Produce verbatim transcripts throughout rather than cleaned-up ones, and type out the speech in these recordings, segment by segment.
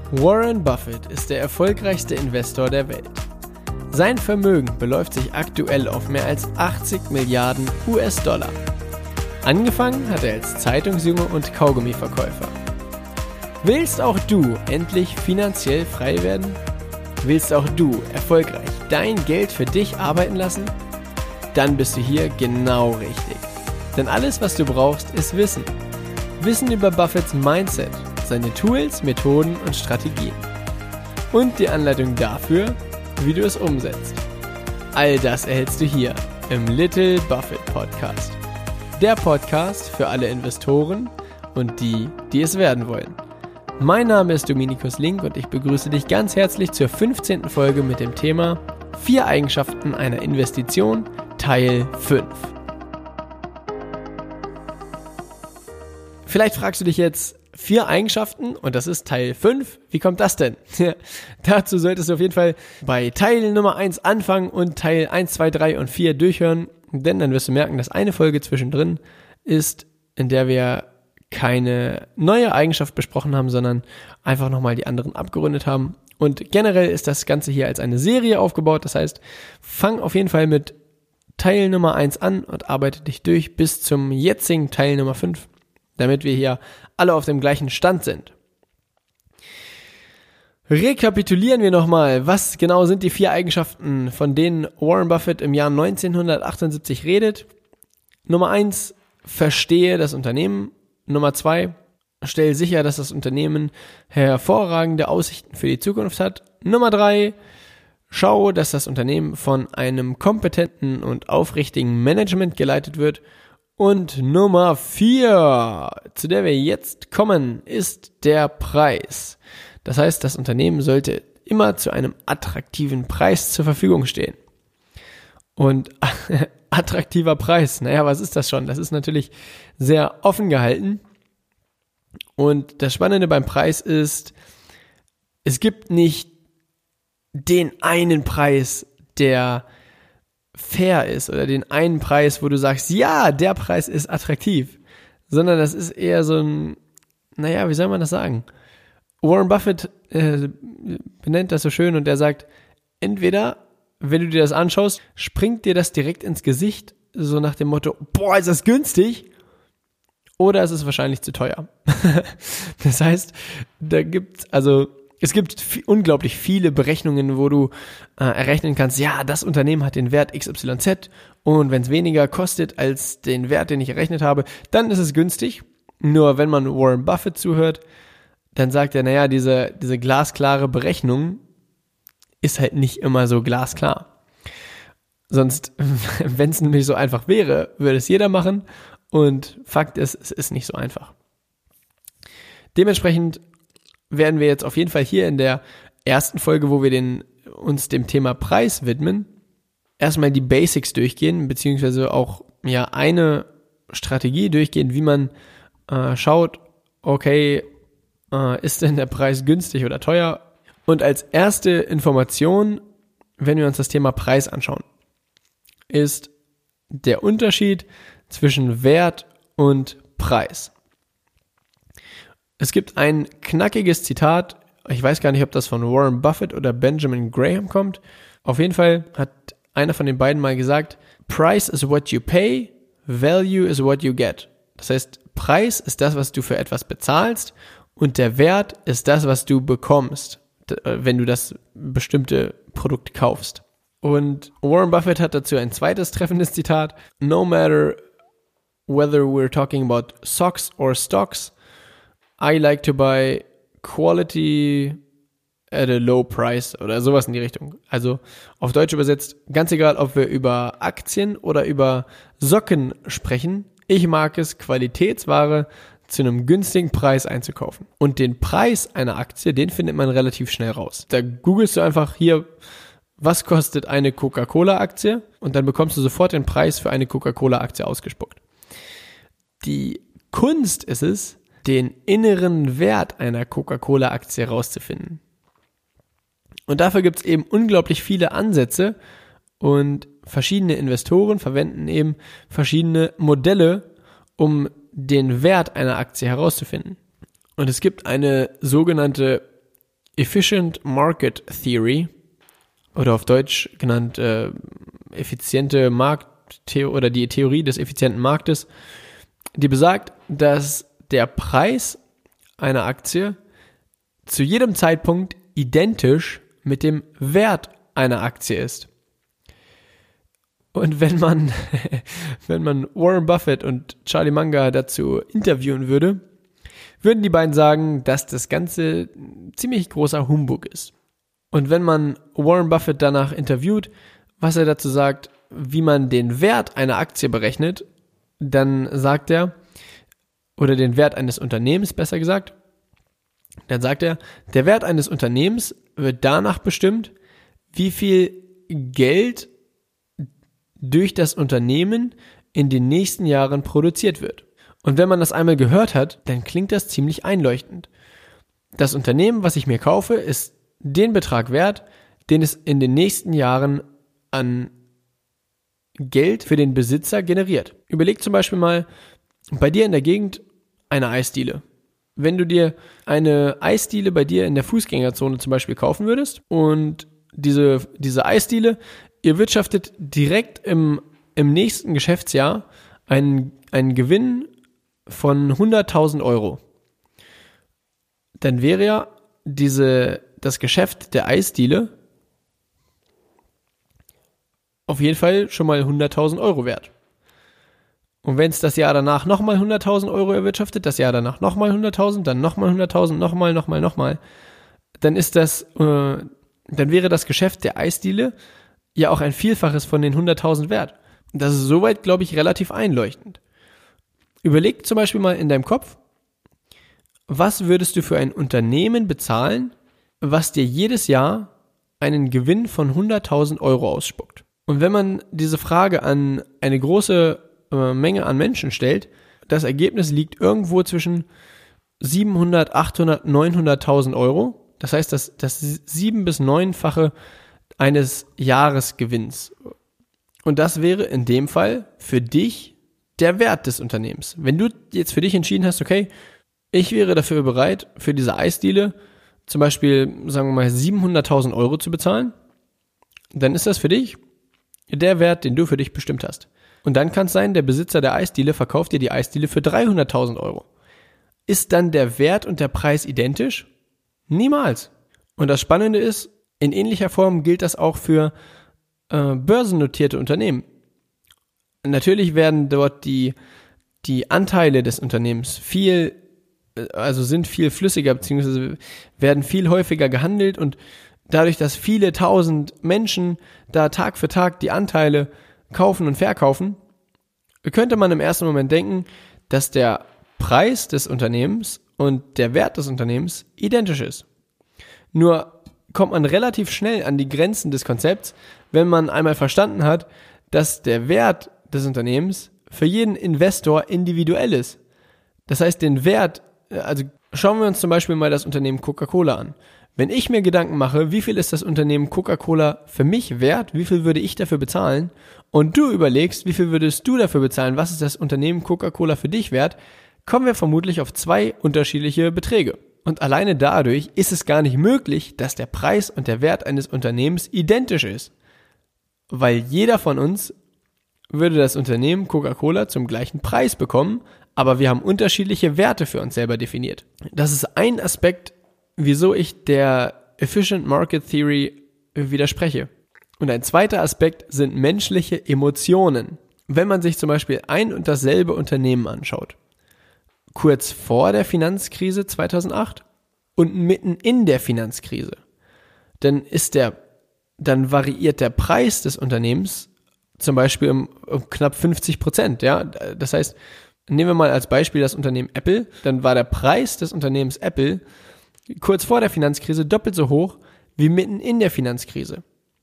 Warren Buffett ist der erfolgreichste Investor der Welt. Sein Vermögen beläuft sich aktuell auf mehr als achtzig Milliarden U S-Dollar. Angefangen hat er als Zeitungsjunge und Kaugummiverkäufer. Willst auch du endlich finanziell frei werden? Willst auch du erfolgreich dein Geld für dich arbeiten lassen? Dann bist du hier genau richtig. Denn alles, was du brauchst, ist Wissen. Wissen über Buffetts Mindset, seine Tools, Methoden und Strategien. Und die Anleitung dafür, wie du es umsetzt. All das erhältst du hier im Little Buffett Podcast. Der Podcast für alle Investoren und die, die es werden wollen. Mein Name ist Dominikus Link und ich begrüße dich ganz herzlich zur fünfzehnten Folge mit dem Thema Vier Eigenschaften einer Investition, Teil fünf. Vielleicht fragst du dich jetzt, vier Eigenschaften und das ist Teil fünf, wie kommt das denn? Ja, dazu solltest du auf jeden Fall bei Teil Nummer eins anfangen und Teil eins, zwei, drei und vier durchhören, denn dann wirst du merken, dass eine Folge zwischendrin ist, in der wir keine neue Eigenschaft besprochen haben, sondern einfach nochmal die anderen abgerundet haben. Und generell ist das Ganze hier als eine Serie aufgebaut, das heißt, fang auf jeden Fall mit Teil Nummer eins an und arbeite dich durch bis zum jetzigen Teil Nummer fünf, damit wir hier alle auf dem gleichen Stand sind. Rekapitulieren wir nochmal, was genau sind die vier Eigenschaften, von denen Warren Buffett im Jahr neunzehnhundertachtundsiebzig redet. Nummer eins, verstehe das Unternehmen. Nummer zwei, stell sicher, dass das Unternehmen hervorragende Aussichten für die Zukunft hat. Nummer drei, schau, dass das Unternehmen von einem kompetenten und aufrichtigen Management geleitet wird. Und Nummer vier, zu der wir jetzt kommen, ist der Preis. Das heißt, das Unternehmen sollte immer zu einem attraktiven Preis zur Verfügung stehen. Und attraktiver Preis, naja, was ist das schon? Das ist natürlich sehr offen gehalten. Und das Spannende beim Preis ist, es gibt nicht den einen Preis, der fair ist oder den einen Preis, wo du sagst, ja, der Preis ist attraktiv, sondern das ist eher so ein, naja, wie soll man das sagen? Warren Buffett äh, benennt das so schön und er sagt, entweder, wenn du dir das anschaust, springt dir das direkt ins Gesicht, so nach dem Motto, boah, ist das günstig, oder es ist wahrscheinlich zu teuer. Das heißt, da gibt's, also es gibt f- unglaublich viele Berechnungen, wo du äh, errechnen kannst, ja, das Unternehmen hat den Wert X Y Z und wenn es weniger kostet als den Wert, den ich errechnet habe, dann ist es günstig. Nur wenn man Warren Buffett zuhört, dann sagt er, naja, diese, diese glasklare Berechnung ist halt nicht immer so glasklar. Sonst, wenn es nämlich so einfach wäre, würde es jeder machen und Fakt ist, es ist nicht so einfach. Dementsprechend werden wir jetzt auf jeden Fall hier in der ersten Folge, wo wir den, uns dem Thema Preis widmen, erstmal die Basics durchgehen, beziehungsweise auch ja eine Strategie durchgehen, wie man äh, schaut, okay, äh, ist denn der Preis günstig oder teuer? Und als erste Information, wenn wir uns das Thema Preis anschauen, ist der Unterschied zwischen Wert und Preis. Es gibt ein knackiges Zitat, ich weiß gar nicht, ob das von Warren Buffett oder Benjamin Graham kommt. Auf jeden Fall hat einer von den beiden mal gesagt, Price is what you pay, value is what you get. Das heißt, Preis ist das, was du für etwas bezahlst und der Wert ist das, was du bekommst, wenn du das bestimmte Produkt kaufst. Und Warren Buffett hat dazu ein zweites treffendes Zitat, no matter whether we're talking about stocks or stocks, I like to buy quality at a low price oder sowas in die Richtung. Also auf Deutsch übersetzt, ganz egal, ob wir über Aktien oder über Socken sprechen, ich mag es, Qualitätsware zu einem günstigen Preis einzukaufen. Und den Preis einer Aktie, den findet man relativ schnell raus. Da googelst du einfach hier, was kostet eine Coca-Cola-Aktie? Und dann bekommst du sofort den Preis für eine Coca-Cola-Aktie ausgespuckt. Die Kunst ist es, den inneren Wert einer Coca-Cola-Aktie herauszufinden. Und dafür gibt es eben unglaublich viele Ansätze und verschiedene Investoren verwenden eben verschiedene Modelle, um den Wert einer Aktie herauszufinden. Und es gibt eine sogenannte Efficient Market Theory oder auf Deutsch genannt äh, effiziente Markttheorie oder die Theorie des effizienten Marktes, die besagt, dass der Preis einer Aktie zu jedem Zeitpunkt identisch mit dem Wert einer Aktie ist. Und wenn man, wenn man Warren Buffett und Charlie Munger dazu interviewen würde, würden die beiden sagen, dass das Ganze ziemlich großer Humbug ist. Und wenn man Warren Buffett danach interviewt, was er dazu sagt, wie man den Wert einer Aktie berechnet, dann sagt er, oder den Wert eines Unternehmens besser gesagt, dann sagt er, der Wert eines Unternehmens wird danach bestimmt, wie viel Geld durch das Unternehmen in den nächsten Jahren produziert wird. Und wenn man das einmal gehört hat, dann klingt das ziemlich einleuchtend. Das Unternehmen, was ich mir kaufe, ist den Betrag wert, den es in den nächsten Jahren an Geld für den Besitzer generiert. Überleg zum Beispiel mal bei dir in der Gegend eine Eisdiele. Wenn du dir eine Eisdiele bei dir in der Fußgängerzone zum Beispiel kaufen würdest und diese, diese Eisdiele, ihr wirtschaftet direkt im, im nächsten Geschäftsjahr einen, einen Gewinn von hunderttausend Euro, dann wäre ja diese, das Geschäft der Eisdiele auf jeden Fall schon mal hunderttausend Euro wert. Und wenn es das Jahr danach nochmal hunderttausend Euro erwirtschaftet, das Jahr danach nochmal hunderttausend, dann nochmal hunderttausend, nochmal, nochmal, nochmal, dann ist das, äh, dann wäre das Geschäft der Eisdiele ja auch ein Vielfaches von den hunderttausend wert. Das ist soweit, glaube ich, relativ einleuchtend. Überleg zum Beispiel mal in deinem Kopf, was würdest du für ein Unternehmen bezahlen, was dir jedes Jahr einen Gewinn von hunderttausend Euro ausspuckt? Und wenn man diese Frage an eine große äh, Menge an Menschen stellt, das Ergebnis liegt irgendwo zwischen siebenhundert, achthundert, neunhunderttausend Euro. Das heißt, das, das sieben- bis neunfache eines Jahresgewinns. Und das wäre in dem Fall für dich der Wert des Unternehmens. Wenn du jetzt für dich entschieden hast, okay, ich wäre dafür bereit, für diese Eisdiele zum Beispiel, sagen wir mal, siebenhunderttausend Euro zu bezahlen, dann ist das für dich der Wert, den du für dich bestimmt hast. Und dann kann es sein, der Besitzer der Eisdiele verkauft dir die Eisdiele für dreihunderttausend Euro. Ist dann der Wert und der Preis identisch? Niemals. Und das Spannende ist, in ähnlicher Form gilt das auch für äh, börsennotierte Unternehmen. Natürlich werden dort die, die Anteile des Unternehmens viel, also sind viel flüssiger, beziehungsweise werden viel häufiger gehandelt und dadurch, dass viele tausend Menschen da Tag für Tag die Anteile kaufen und verkaufen, könnte man im ersten Moment denken, dass der Preis des Unternehmens und der Wert des Unternehmens identisch ist. Nur kommt man relativ schnell an die Grenzen des Konzepts, wenn man einmal verstanden hat, dass der Wert des Unternehmens für jeden Investor individuell ist. Das heißt, den Wert, also schauen wir uns zum Beispiel mal das Unternehmen Coca-Cola an. Wenn ich mir Gedanken mache, wie viel ist das Unternehmen Coca-Cola für mich wert, wie viel würde ich dafür bezahlen, und du überlegst, wie viel würdest du dafür bezahlen, was ist das Unternehmen Coca-Cola für dich wert, kommen wir vermutlich auf zwei unterschiedliche Beträge. Und alleine dadurch ist es gar nicht möglich, dass der Preis und der Wert eines Unternehmens identisch ist. Weil jeder von uns würde das Unternehmen Coca-Cola zum gleichen Preis bekommen, aber wir haben unterschiedliche Werte für uns selber definiert. Das ist ein Aspekt, wieso ich der Efficient Market Theory widerspreche. Und ein zweiter Aspekt sind menschliche Emotionen. Wenn man sich zum Beispiel ein und dasselbe Unternehmen anschaut, kurz vor der Finanzkrise zweitausendacht und mitten in der Finanzkrise, dann ist der, dann variiert der Preis des Unternehmens zum Beispiel um, um knapp fünfzig Prozent. Ja, das heißt, nehmen wir mal als Beispiel das Unternehmen Apple, dann war der Preis des Unternehmens Apple kurz vor der Finanzkrise doppelt so hoch wie mitten in der Finanzkrise.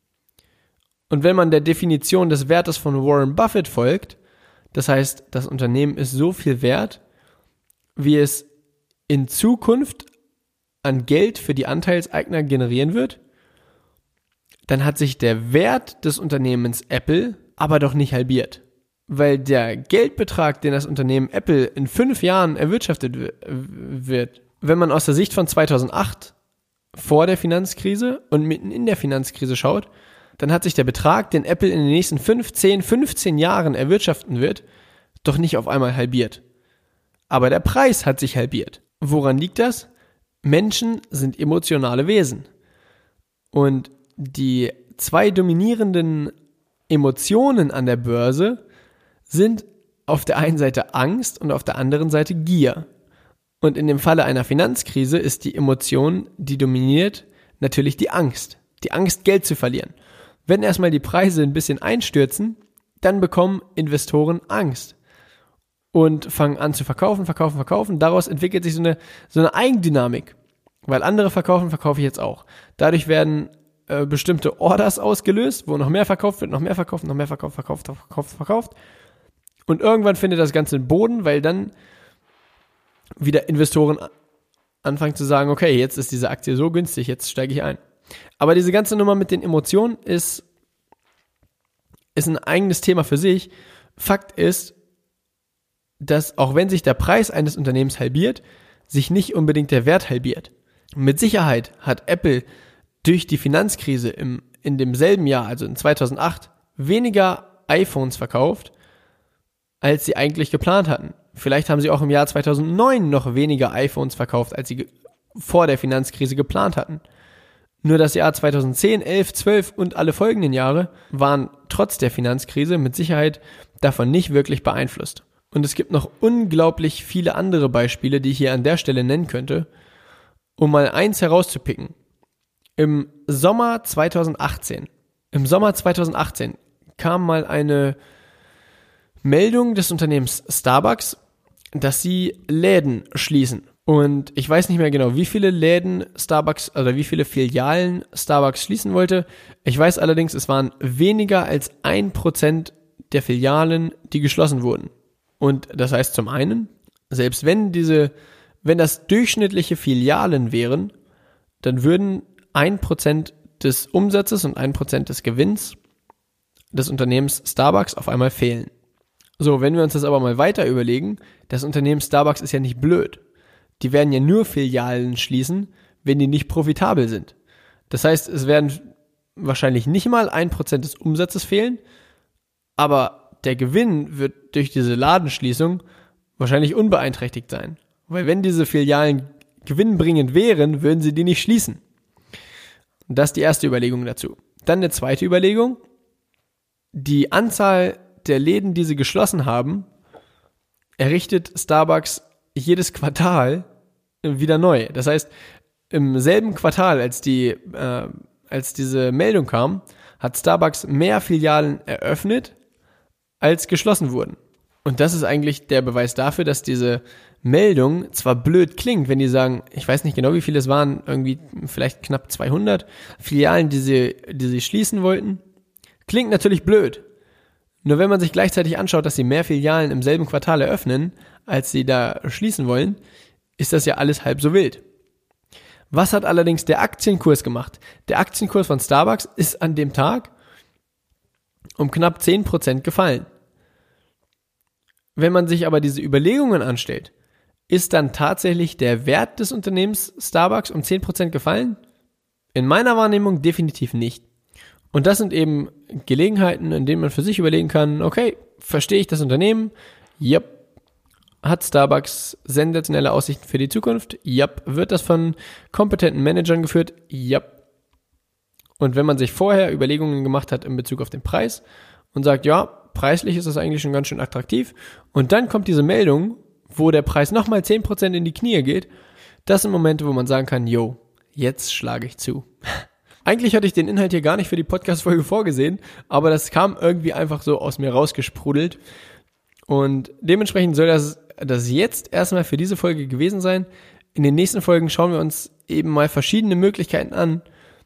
Und wenn man der Definition des Wertes von Warren Buffett folgt, das heißt, das Unternehmen ist so viel wert, wie es in Zukunft an Geld für die Anteilseigner generieren wird, dann hat sich der Wert des Unternehmens Apple aber doch nicht halbiert. Weil der Geldbetrag, den das Unternehmen Apple in fünf Jahren erwirtschaftet wird, wenn man aus der Sicht von zweitausendacht vor der Finanzkrise und mitten in der Finanzkrise schaut, dann hat sich der Betrag, den Apple in den nächsten fünf, zehn, fünfzehn Jahren erwirtschaften wird, doch nicht auf einmal halbiert. Aber der Preis hat sich halbiert. Woran liegt das? Menschen sind emotionale Wesen. Und die zwei dominierenden Emotionen an der Börse sind auf der einen Seite Angst und auf der anderen Seite Gier. Und in dem Falle einer Finanzkrise ist die Emotion, die dominiert, natürlich die Angst. Die Angst, Geld zu verlieren. Wenn erstmal die Preise ein bisschen einstürzen, dann bekommen Investoren Angst und fangen an zu verkaufen, verkaufen, verkaufen. Daraus entwickelt sich so eine, so eine Eigendynamik. Weil andere verkaufen, verkaufe ich jetzt auch. Dadurch werden äh, bestimmte Orders ausgelöst, wo noch mehr verkauft wird, noch mehr verkauft, noch mehr verkauft, verkauft, verkauft, verkauft. Und irgendwann findet das Ganze einen Boden, weil dann wieder Investoren anfangen zu sagen, okay, jetzt ist diese Aktie so günstig, jetzt steige ich ein. Aber diese ganze Nummer mit den Emotionen ist, ist ein eigenes Thema für sich. Fakt ist, dass auch wenn sich der Preis eines Unternehmens halbiert, sich nicht unbedingt der Wert halbiert. Mit Sicherheit hat Apple durch die Finanzkrise im, in demselben Jahr, also in zweitausendacht, weniger iPhones verkauft, als sie eigentlich geplant hatten. Vielleicht haben sie auch im Jahr zweitausendneun noch weniger iPhones verkauft, als sie ge- vor der Finanzkrise geplant hatten. Nur das Jahr zweitausendzehn, elf, zwölf und alle folgenden Jahre waren trotz der Finanzkrise mit Sicherheit davon nicht wirklich beeinflusst. Und es gibt noch unglaublich viele andere Beispiele, die ich hier an der Stelle nennen könnte, um mal eins herauszupicken. Im Sommer zweitausendachtzehn, im Sommer zweitausendachtzehn kam mal eine Meldung des Unternehmens Starbucks, dass sie Läden schließen. Und ich weiß nicht mehr genau, wie viele Läden Starbucks oder wie viele Filialen Starbucks schließen wollte. Ich weiß allerdings, es waren weniger als ein Prozent der Filialen, die geschlossen wurden. Und das heißt zum einen, selbst wenn diese, wenn das durchschnittliche Filialen wären, dann würden ein Prozent des Umsatzes und ein Prozent des Gewinns des Unternehmens Starbucks auf einmal fehlen. So, wenn wir uns das aber mal weiter überlegen, das Unternehmen Starbucks ist ja nicht blöd. Die werden ja nur Filialen schließen, wenn die nicht profitabel sind. Das heißt, es werden wahrscheinlich nicht mal ein Prozent des Umsatzes fehlen, aber der Gewinn wird durch diese Ladenschließung wahrscheinlich unbeeinträchtigt sein. Weil wenn diese Filialen gewinnbringend wären, würden sie die nicht schließen. Und das ist die erste Überlegung dazu. Dann eine zweite Überlegung. Die Anzahl der Läden, die sie geschlossen haben, errichtet Starbucks jedes Quartal wieder neu. Das heißt, im selben Quartal, als die, äh, als diese Meldung kam, hat Starbucks mehr Filialen eröffnet, als geschlossen wurden. Und das ist eigentlich der Beweis dafür, dass diese Meldung zwar blöd klingt, wenn die sagen, ich weiß nicht genau, wie viele es waren, irgendwie vielleicht knapp zweihundert Filialen, die sie, die sie schließen wollten. Klingt natürlich blöd. Nur wenn man sich gleichzeitig anschaut, dass sie mehr Filialen im selben Quartal eröffnen, als sie da schließen wollen, ist das ja alles halb so wild. Was hat allerdings der Aktienkurs gemacht? Der Aktienkurs von Starbucks ist an dem Tag um knapp zehn Prozent gefallen. Wenn man sich aber diese Überlegungen anstellt, ist dann tatsächlich der Wert des Unternehmens Starbucks um zehn Prozent gefallen? In meiner Wahrnehmung definitiv nicht. Und das sind eben Gelegenheiten, in denen man für sich überlegen kann, okay, verstehe ich das Unternehmen? Yep. Hat Starbucks sensationelle Aussichten für die Zukunft? Yep. Wird das von kompetenten Managern geführt? Yep. Und wenn man sich vorher Überlegungen gemacht hat in Bezug auf den Preis und sagt, ja, preislich ist das eigentlich schon ganz schön attraktiv, und dann kommt diese Meldung, wo der Preis nochmal zehn Prozent in die Knie geht, das sind Momente, wo man sagen kann, yo, jetzt schlage ich zu. Eigentlich hatte ich den Inhalt hier gar nicht für die Podcast-Folge vorgesehen, aber das kam irgendwie einfach so aus mir rausgesprudelt. Und dementsprechend soll das, das jetzt erstmal für diese Folge gewesen sein. In den nächsten Folgen schauen wir uns eben mal verschiedene Möglichkeiten an,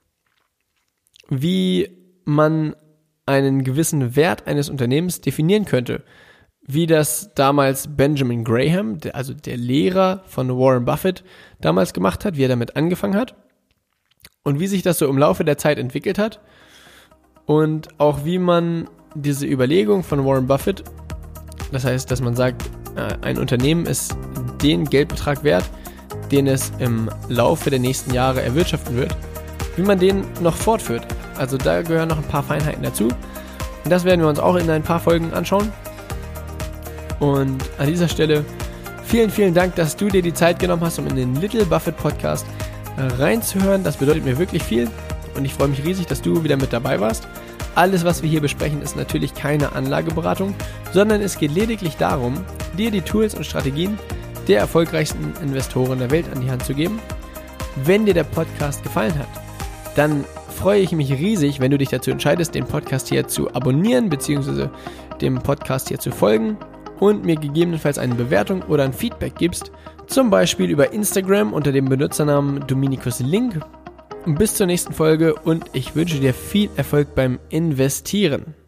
wie man einen gewissen Wert eines Unternehmens definieren könnte. Wie das damals Benjamin Graham, der, also der Lehrer von Warren Buffett, damals gemacht hat, wie er damit angefangen hat. Und wie sich das so im Laufe der Zeit entwickelt hat. Und auch wie man diese Überlegung von Warren Buffett, das heißt, dass man sagt, ein Unternehmen ist den Geldbetrag wert, den es im Laufe der nächsten Jahre erwirtschaften wird, wie man den noch fortführt. Also da gehören noch ein paar Feinheiten dazu. Und das werden wir uns auch in ein paar Folgen anschauen. Und an dieser Stelle vielen, vielen Dank, dass du dir die Zeit genommen hast, um in den Little Buffett Podcast reinzuhören. Das bedeutet mir wirklich viel und ich freue mich riesig, dass du wieder mit dabei warst. Alles, was wir hier besprechen, ist natürlich keine Anlageberatung, sondern es geht lediglich darum, dir die Tools und Strategien der erfolgreichsten Investoren der Welt an die Hand zu geben. Wenn dir der Podcast gefallen hat, dann freue ich mich riesig, wenn du dich dazu entscheidest, den Podcast hier zu abonnieren bzw. dem Podcast hier zu folgen und mir gegebenenfalls eine Bewertung oder ein Feedback gibst, zum Beispiel über Instagram unter dem Benutzernamen Dominikus Link. Bis zur nächsten Folge und ich wünsche dir viel Erfolg beim Investieren.